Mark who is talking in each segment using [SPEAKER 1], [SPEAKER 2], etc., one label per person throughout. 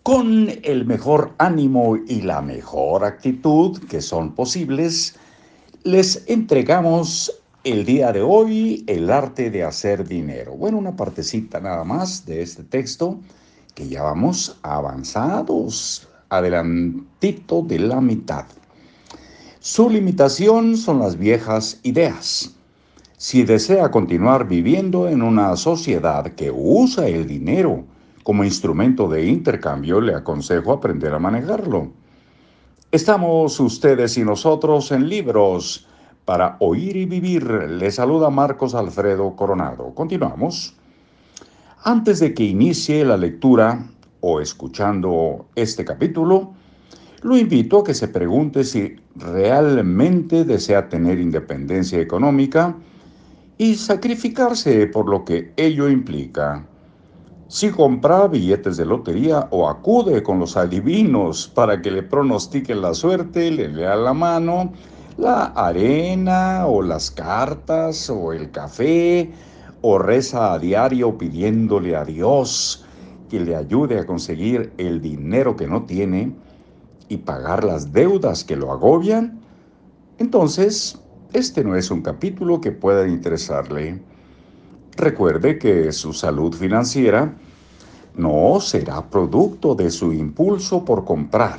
[SPEAKER 1] Con el mejor ánimo y la mejor actitud que son posibles, les entregamos el día de hoy el arte de hacer dinero. Bueno, una partecita nada más de este texto que ya vamos avanzados, adelantito de la mitad. Su limitación son las viejas ideas. Si desea continuar viviendo en una sociedad que usa el dinero como instrumento de intercambio, le aconsejo aprender a manejarlo. Estamos ustedes y nosotros en Libros para Oír y Vivir. Le saluda Marcos Alfredo Coronado. Continuamos. Antes de que inicie la lectura o escuchando este capítulo, lo invito a que se pregunte si realmente desea tener independencia económica y sacrificarse por lo que ello implica. Si compra billetes de lotería o acude con los adivinos para que le pronostiquen la suerte, le lea la mano, la arena o las cartas o el café, o reza a diario pidiéndole a Dios que le ayude a conseguir el dinero que no tiene y pagar las deudas que lo agobian, entonces este no es un capítulo que pueda interesarle. Recuerde que su salud financiera no será producto de su impulso por comprar.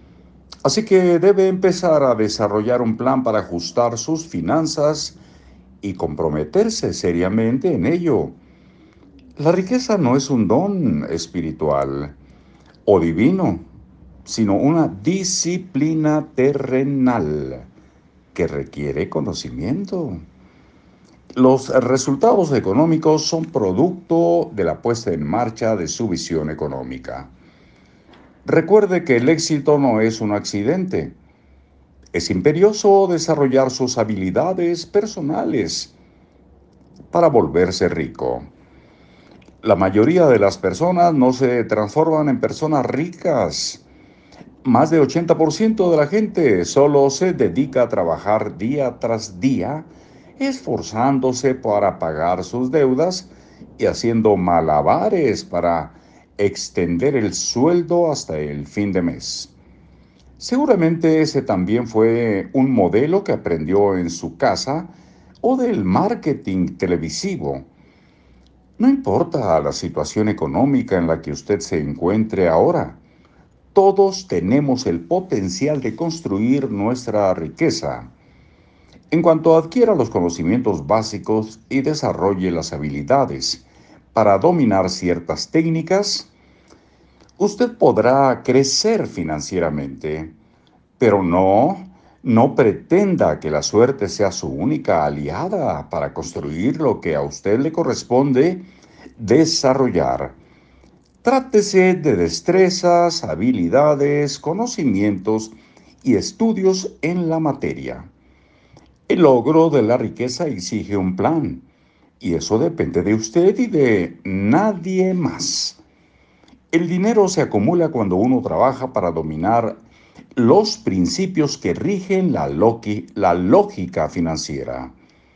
[SPEAKER 1] Así que debe empezar a desarrollar un plan para ajustar sus finanzas y comprometerse seriamente en ello. La riqueza no es un don espiritual o divino, sino una disciplina terrenal que requiere conocimiento. Los resultados económicos son producto de la puesta en marcha de su visión económica. Recuerde que el éxito no es un accidente. Es imperioso desarrollar sus habilidades personales para volverse rico. La mayoría de las personas no se transforman en personas ricas. Más de 80% de la gente solo se dedica a trabajar día tras día, esforzándose para pagar sus deudas y haciendo malabares para extender el sueldo hasta el fin de mes. Seguramente ese también fue un modelo que aprendió en su casa o del marketing televisivo. No importa la situación económica en la que usted se encuentre ahora. Todos tenemos el potencial de construir nuestra riqueza. En cuanto adquiera los conocimientos básicos y desarrolle las habilidades para dominar ciertas técnicas, usted podrá crecer financieramente, pero no pretenda que la suerte sea su única aliada para construir lo que a usted le corresponde desarrollar. Trátese de destrezas, habilidades, conocimientos y estudios en la materia. El logro de la riqueza exige un plan, y eso depende de usted y de nadie más. El dinero se acumula cuando uno trabaja para dominar los principios que rigen la lógica financiera.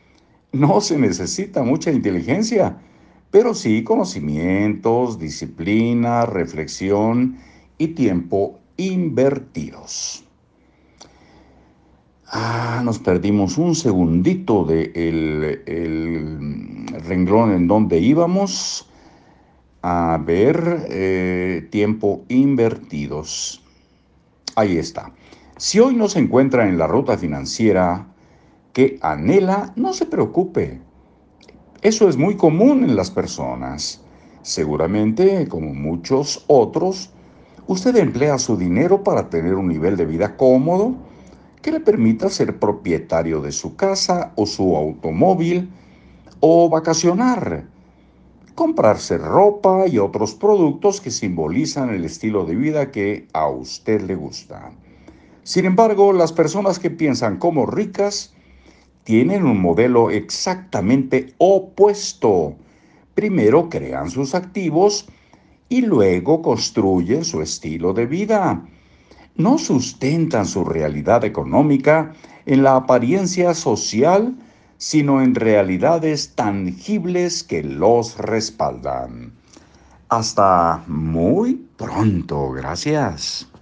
[SPEAKER 1] No se necesita mucha inteligencia, pero sí conocimientos, disciplina, reflexión y tiempo invertidos. Nos perdimos un segundito de el renglón en donde íbamos. A ver, tiempo invertidos. Ahí está. Si hoy no se encuentra en la ruta financiera que anhela, no se preocupe. Eso es muy común en las personas. Seguramente, como muchos otros, usted emplea su dinero para tener un nivel de vida cómodo que le permita ser propietario de su casa o su automóvil o vacacionar, comprarse ropa y otros productos que simbolizan el estilo de vida que a usted le gusta. Sin embargo, las personas que piensan como ricas tienen un modelo exactamente opuesto. Primero crean sus activos y luego construyen su estilo de vida. No sustentan su realidad económica en la apariencia social, sino en realidades tangibles que los respaldan. Hasta muy pronto. Gracias.